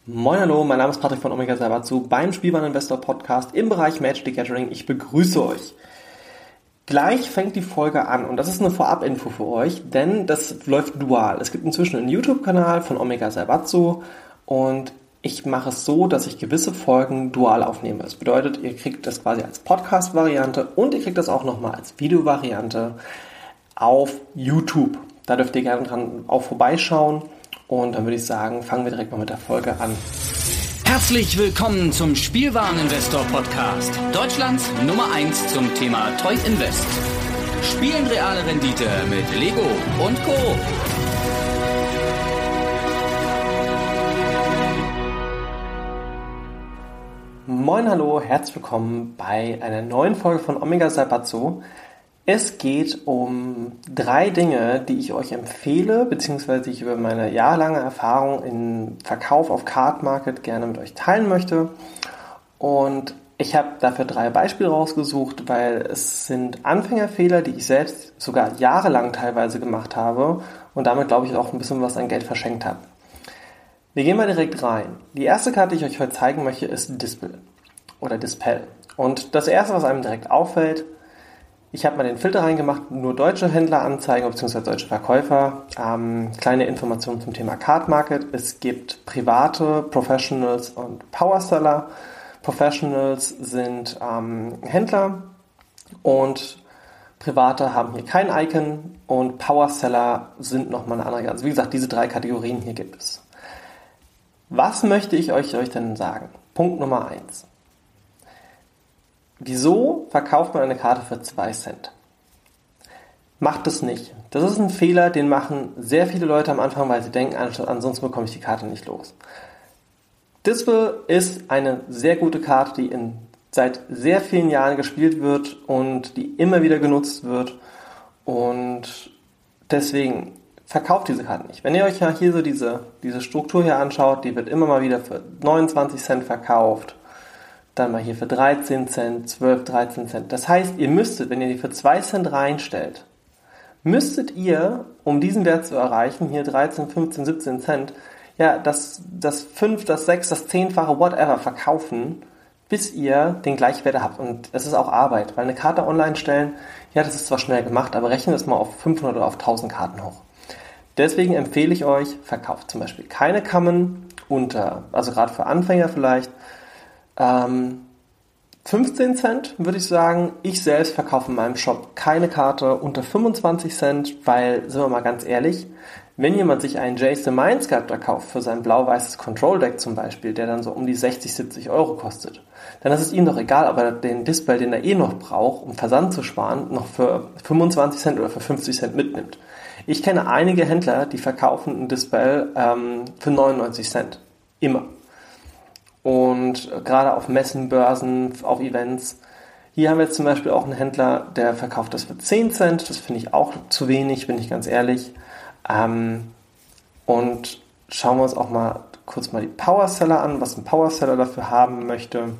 Moin hallo, mein Name ist Patrick von Omega Saibatsu beim Spielwareninvestor Podcast im Bereich Magic the Gathering. Ich begrüße euch. Gleich fängt die Folge an und das ist eine Vorab-Info für euch, denn das läuft dual. Es gibt inzwischen einen YouTube-Kanal von Omega Saibatsu und ich mache es so, dass ich gewisse Folgen dual aufnehme. Das bedeutet, ihr kriegt das quasi als Podcast-Variante und ihr kriegt das auch nochmal als Video-Variante auf YouTube. Da dürft ihr gerne dran auch vorbeischauen. Und dann würde ich sagen, fangen wir direkt mal mit der Folge an. Herzlich willkommen zum Spielwareninvestor Podcast. Deutschlands Nummer 1 zum Thema Toy Invest. Spielen reale Rendite mit Lego und Co. Moin, hallo, herzlich willkommen bei einer neuen Folge von Omega Saibatsu. Es geht um 3 Dinge, die ich euch empfehle, beziehungsweise ich über meine jahrelange Erfahrung im Verkauf auf Card Market gerne mit euch teilen möchte. Und ich habe dafür 3 Beispiele rausgesucht, weil es sind Anfängerfehler, die ich selbst sogar jahrelang teilweise gemacht habe und damit, glaube ich, auch ein bisschen was an Geld verschenkt habe. Wir gehen mal direkt rein. Die erste Karte, die ich euch heute zeigen möchte, ist Dispel oder Dispel. Und das erste, was einem direkt auffällt, ich habe mal den Filter reingemacht, nur deutsche Händler anzeigen, bzw. deutsche Verkäufer. Kleine Informationen zum Thema Card Market. Es gibt private, Professionals und Powerseller. Professionals sind Händler und private haben hier kein Icon und Powerseller sind nochmal eine andere. Also wie gesagt, diese 3 Kategorien hier gibt es. Was möchte ich euch denn sagen? Punkt Nummer 1. Wieso verkauft man eine Karte für 2 Cent? Macht es nicht. Das ist ein Fehler, den machen sehr viele Leute am Anfang, weil sie denken, ansonsten bekomme ich die Karte nicht los. Dispel ist eine sehr gute Karte, die seit sehr vielen Jahren gespielt wird und die immer wieder genutzt wird. Und deswegen verkauft diese Karte nicht. Wenn ihr euch ja hier so diese Struktur hier anschaut, die wird immer mal wieder für 29 Cent verkauft. Dann mal hier für 13 Cent, 12, 13 Cent. Das heißt, ihr müsstet, wenn ihr die für 2 Cent reinstellt, müsstet ihr, um diesen Wert zu erreichen, hier 13, 15, 17 Cent, ja, das 5, das 6, das 10-fache, whatever verkaufen, bis ihr den Gleichwert habt. Und es ist auch Arbeit, weil eine Karte online stellen, ja, das ist zwar schnell gemacht, aber rechnet es mal auf 500 oder auf 1000 Karten hoch. Deswegen empfehle ich euch, verkauft zum Beispiel keine Kammen unter, also gerade für Anfänger vielleicht, 15 Cent würde ich sagen. Ich selbst verkaufe in meinem Shop keine Karte unter 25 Cent, weil, sind wir mal ganz ehrlich, wenn jemand sich einen Jace the Mind Sculptor kauft für sein blau-weißes Control Deck zum Beispiel, der dann so um die 60, 70 Euro kostet, dann ist es ihm doch egal, ob er den Display, den er noch braucht, um Versand zu sparen, noch für 25 Cent oder für 50 Cent mitnimmt. Ich kenne einige Händler, die verkaufen ein Display für 99 Cent. Immer. Und gerade auf Messen, Börsen, auf Events. Hier haben wir jetzt zum Beispiel auch einen Händler, der verkauft das für 10 Cent. Das finde ich auch zu wenig, bin ich ganz ehrlich. Und schauen wir uns auch mal kurz mal die Powerseller an, was ein Powerseller dafür haben möchte.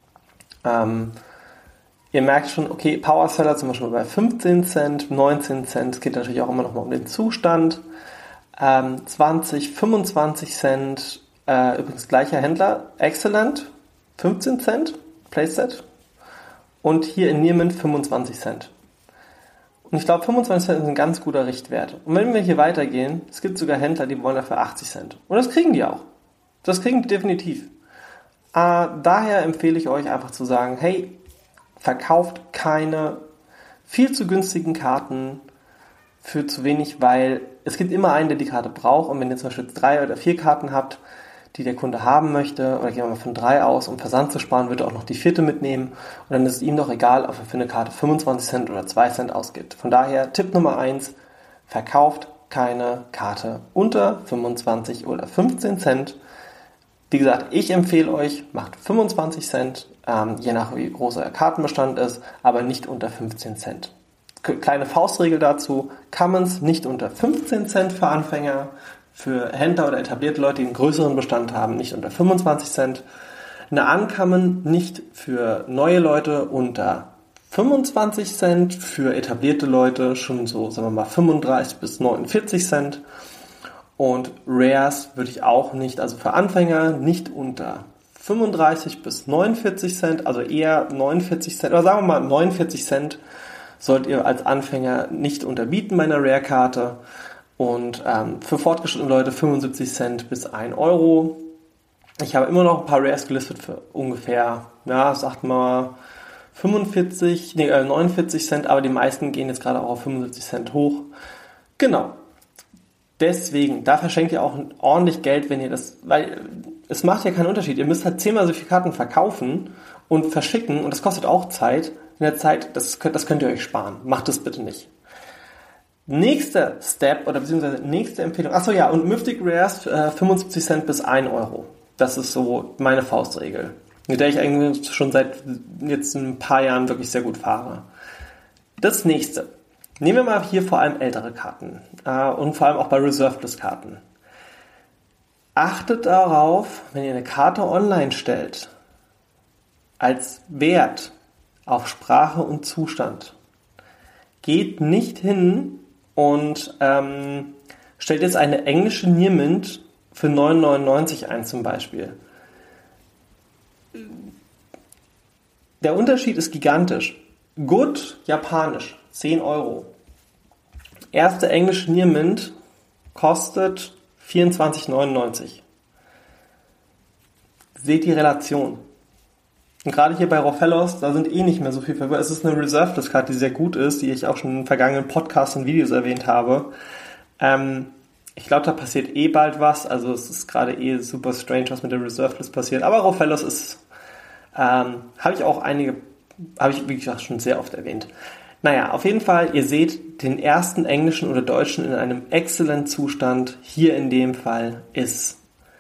Ihr merkt schon, okay, Powerseller zum Beispiel bei 15 Cent, 19 Cent. Es geht natürlich auch immer noch mal um den Zustand. 20, 25 Cent. Übrigens gleicher Händler, Excellent, 15 Cent, Playset. Und hier in Nierman 25 Cent. Und ich glaube, 25 Cent ist ein ganz guter Richtwert. Und wenn wir hier weitergehen, es gibt sogar Händler, die wollen dafür 80 Cent. Und das kriegen die auch. Das kriegen die definitiv. Daher empfehle ich euch einfach zu sagen, hey, verkauft keine viel zu günstigen Karten für zu wenig, weil es gibt immer einen, der die Karte braucht. Und wenn ihr zum Beispiel 3 oder 4 Karten habt, die der Kunde haben möchte, oder gehen wir mal von 3 aus, um Versand zu sparen, wird er auch noch die 4. mitnehmen und dann ist es ihm doch egal, ob er für eine Karte 25 Cent oder 2 Cent ausgibt. Von daher, Tipp Nummer 1, verkauft keine Karte unter 25 oder 15 Cent. Wie gesagt, ich empfehle euch, macht 25 Cent, je nach wie groß euer Kartenbestand ist, aber nicht unter 15 Cent. Kleine Faustregel dazu, Commons nicht unter 15 Cent für Anfänger, für Händler oder etablierte Leute, die einen größeren Bestand haben, nicht unter 25 Cent. Eine Uncommon nicht für neue Leute unter 25 Cent, für etablierte Leute schon so, sagen wir mal, 35 bis 49 Cent. Und Rares würde ich auch nicht, also für Anfänger nicht unter 35 bis 49 Cent, also eher 49 Cent, oder sagen wir mal 49 Cent sollt ihr als Anfänger nicht unterbieten bei einer Rare-Karte. Und für fortgeschrittene Leute 75 Cent bis 1 Euro. Ich habe immer noch ein paar Rares gelistet für ungefähr, sagt mal 49 Cent, aber die meisten gehen jetzt gerade auch auf 75 Cent hoch. Genau. Deswegen, da verschenkt ihr auch ordentlich Geld, wenn ihr das, weil es macht ja keinen Unterschied. Ihr müsst halt 10-mal so viele Karten verkaufen und verschicken und das kostet auch Zeit. In der Zeit, das könnt ihr euch sparen. Macht es bitte nicht. Nächster Step oder beziehungsweise nächste Empfehlung. Achso, ja, und Mythic Rares 75 Cent bis 1 Euro. Das ist so meine Faustregel, mit der ich eigentlich schon seit jetzt ein paar Jahren wirklich sehr gut fahre. Das nächste. Nehmen wir mal hier vor allem ältere Karten und vor allem auch bei Reserved-List-Karten. Achtet darauf, wenn ihr eine Karte online stellt, als Wert auf Sprache und Zustand. Geht nicht hin und stellt jetzt eine englische Nearmint für 9,99 ein zum Beispiel. Der Unterschied ist gigantisch. Good, japanisch, 10 Euro. Erste englische Nearmint kostet 24,99. Seht die Relation. Und gerade hier bei Rofellos, da sind nicht mehr so viel verwirrt. Es ist eine Reserved-List-Karte, die sehr gut ist, die ich auch schon in vergangenen Podcasts und Videos erwähnt habe. Ich glaube, da passiert bald was. Also es ist gerade super strange, was mit der Reserved-List passiert. Aber Rofellos ist, habe ich wie gesagt schon sehr oft erwähnt. Naja, auf jeden Fall, ihr seht den ersten englischen oder deutschen in einem exzellenten Zustand. Hier in dem Fall ist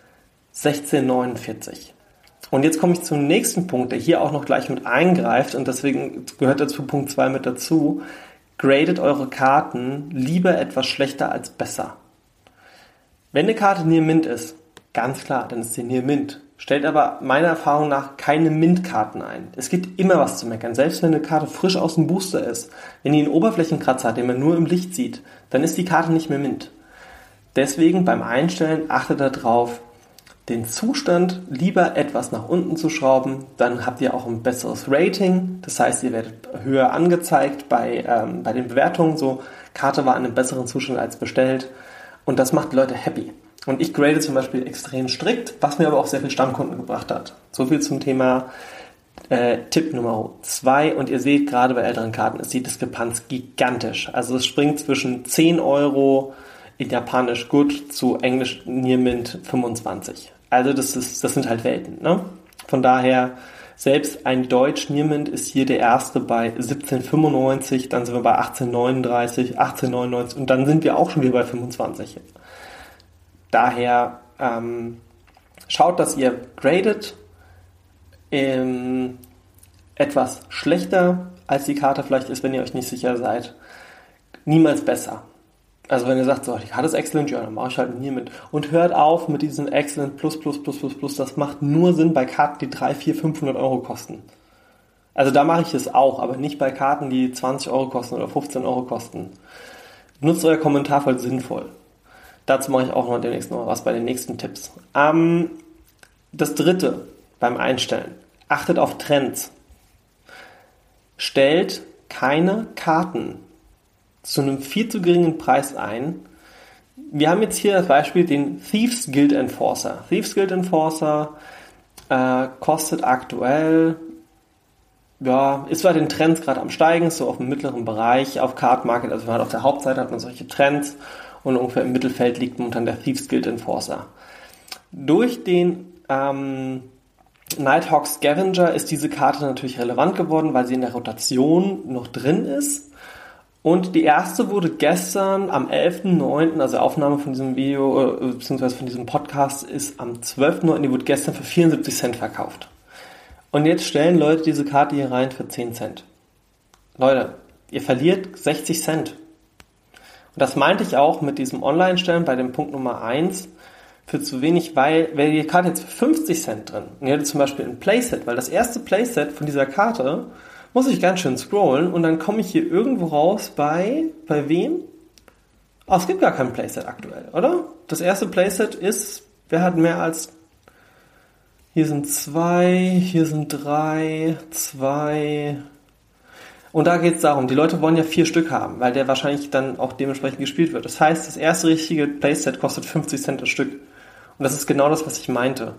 16,49. Und jetzt komme ich zum nächsten Punkt, der hier auch noch gleich mit eingreift und deswegen gehört dazu Punkt 2 mit dazu. Gradet eure Karten lieber etwas schlechter als besser. Wenn eine Karte Near Mint ist, ganz klar, dann ist sie Near Mint. Stellt aber meiner Erfahrung nach keine Mint-Karten ein. Es gibt immer was zu meckern. Selbst wenn eine Karte frisch aus dem Booster ist, wenn die einen Oberflächenkratzer hat, den man nur im Licht sieht, dann ist die Karte nicht mehr Mint. Deswegen beim Einstellen achtet darauf, den Zustand lieber etwas nach unten zu schrauben. Dann habt ihr auch ein besseres Rating. Das heißt, ihr werdet höher angezeigt bei den Bewertungen. So, Karte war in einem besseren Zustand als bestellt. Und das macht die Leute happy. Und ich grade zum Beispiel extrem strikt, was mir aber auch sehr viel Stammkunden gebracht hat. So viel zum Thema Tipp Nummer 2. Und ihr seht, gerade bei älteren Karten ist die Diskrepanz gigantisch. Also es springt zwischen 10 Euro in Japanisch Good zu Englisch Near Mint 25. Also das sind halt Welten. Ne? Von daher, selbst ein Deutsch Near Mint ist hier der erste bei 17,95, dann sind wir bei 18,39, 18,99 und dann sind wir auch schon wieder bei 25. Daher schaut, dass ihr gradet etwas schlechter, als die Karte vielleicht ist, wenn ihr euch nicht sicher seid. Niemals besser. Also wenn ihr sagt, so, die Karte ist excellent, ja, dann mache ich halt hier mit. Und hört auf mit diesem excellent plus. Das macht nur Sinn bei Karten, die 300, 400, 500 Euro kosten. Also da mache ich es auch, aber nicht bei Karten, die 20 Euro kosten oder 15 Euro kosten. Nutzt euer Kommentarfeld sinnvoll. Dazu mache ich auch noch demnächst noch was bei den nächsten Tipps. Das dritte beim Einstellen. Achtet auf Trends. Stellt keine Karten zu einem viel zu geringen Preis ein. Wir haben jetzt hier das Beispiel den Thieves Guild Enforcer. Thieves Guild Enforcer kostet aktuell, ist bei den Trends gerade am Steigen, so auf dem mittleren Bereich auf Card Market, also auf der Hauptseite hat man solche Trends und ungefähr im Mittelfeld liegt momentan der Thieves Guild Enforcer. Durch den Nighthawk Scavenger ist diese Karte natürlich relevant geworden, weil sie in der Rotation noch drin ist. Und die erste wurde gestern am 11.09., also Aufnahme von diesem Video, beziehungsweise von diesem Podcast, ist am 12.09., die wurde gestern für 74 Cent verkauft. Und jetzt stellen Leute diese Karte hier rein für 10 Cent. Leute, ihr verliert 60 Cent. Und das meinte ich auch mit diesem Online-Stellen bei dem Punkt Nummer 1 für zu wenig, weil wäre die Karte jetzt für 50 Cent drin und ihr hättet zum Beispiel ein Playset, weil das erste Playset von dieser Karte muss ich ganz schön scrollen und dann komme ich hier irgendwo raus bei wem? Oh, es gibt gar kein Playset aktuell, oder? das erste Playset ist, wer hat mehr als, hier sind 2, hier sind 3, 2, und da geht es darum, die Leute wollen ja 4 Stück haben, weil der wahrscheinlich dann auch dementsprechend gespielt wird. Das heißt, das erste richtige Playset kostet 50 Cent das Stück. Und das ist genau das, was ich meinte.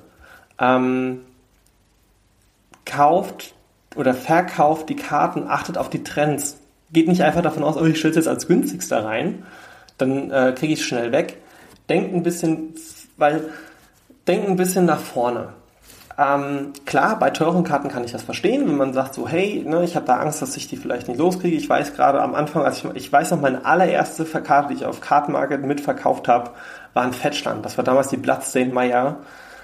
Kauft oder verkauft die Karten, achtet auf die Trends. Geht nicht einfach davon aus, ich stelle es jetzt als günstigster rein, dann kriege ich es schnell weg. Denkt ein bisschen nach vorne. Klar, bei teuren Karten kann ich das verstehen, wenn man sagt so, hey, ne, ich habe da Angst, dass ich die vielleicht nicht loskriege. Ich weiß gerade am Anfang, ich weiß noch, meine allererste Karte, die ich auf Kartenmarket mitverkauft habe, war ein Fettstand. Das war damals die Bloodstained Maya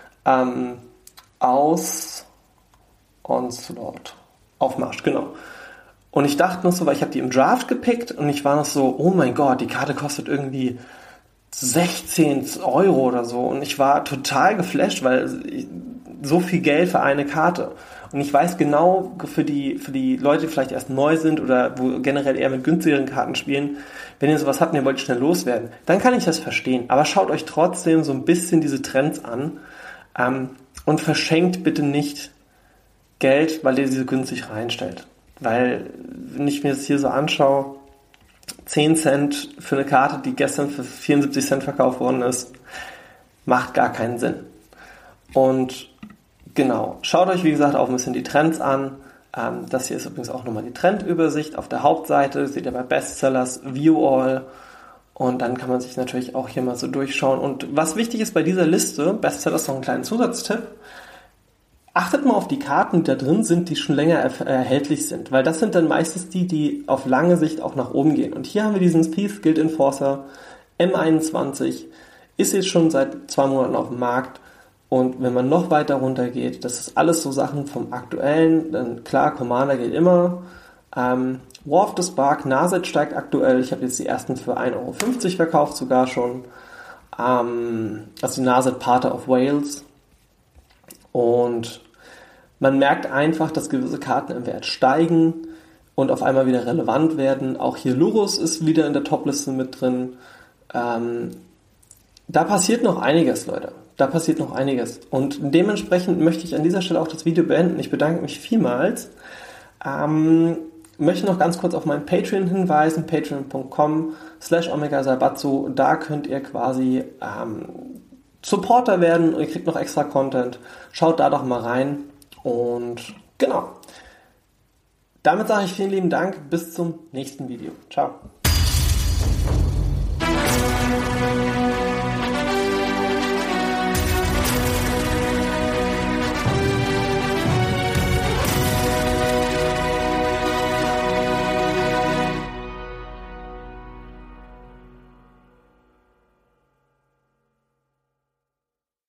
aus Onslaught. Aufmarsch, genau. Und ich dachte noch so, weil ich habe die im Draft gepickt und ich war noch so, oh mein Gott, die Karte kostet irgendwie 16 € oder so. Und ich war total geflasht, weil so viel Geld für eine Karte. Und ich weiß genau, für die Leute, die vielleicht erst neu sind oder wo generell eher mit günstigeren Karten spielen, wenn ihr sowas habt und ihr wollt schnell loswerden, dann kann ich das verstehen. Aber schaut euch trotzdem so ein bisschen diese Trends an und verschenkt bitte nicht Geld, weil ihr sie günstig reinstellt. Weil, wenn ich mir das hier so anschaue, 10 Cent für eine Karte, die gestern für 74 Cent verkauft worden ist, macht gar keinen Sinn. Und genau, schaut euch wie gesagt auch ein bisschen die Trends an. Das hier ist übrigens auch nochmal die Trendübersicht auf der Hauptseite. Seht ihr bei Bestsellers, View All. Und dann kann man sich natürlich auch hier mal so durchschauen. Und was wichtig ist bei dieser Liste, Bestsellers noch einen kleinen Zusatztipp, achtet mal auf die Karten, die da drin sind, die schon länger erhältlich sind. Weil das sind dann meistens die auf lange Sicht auch nach oben gehen. Und hier haben wir diesen Thief Guild Enforcer M21. Ist jetzt schon seit 2 Monaten auf dem Markt. Und wenn man noch weiter runter geht, das ist alles so Sachen vom aktuellen, dann klar, Commander geht immer. War of the Spark, Narset steigt aktuell. Ich habe jetzt die ersten für 1,50 € verkauft, sogar schon. Also die Narset Pater of Wales. Und man merkt einfach, dass gewisse Karten im Wert steigen und auf einmal wieder relevant werden. Auch hier Lurus ist wieder in der Topliste mit drin. Da passiert noch einiges, Leute. Da passiert noch einiges. Und dementsprechend möchte ich an dieser Stelle auch das Video beenden. Ich bedanke mich vielmals. Möchte noch ganz kurz auf meinen Patreon hinweisen. patreon.com/OmegaSaibatsu. Da könnt ihr quasi Supporter werden und ihr kriegt noch extra Content. Schaut da doch mal rein. Und genau. Damit sage ich vielen lieben Dank. Bis zum nächsten Video. Ciao.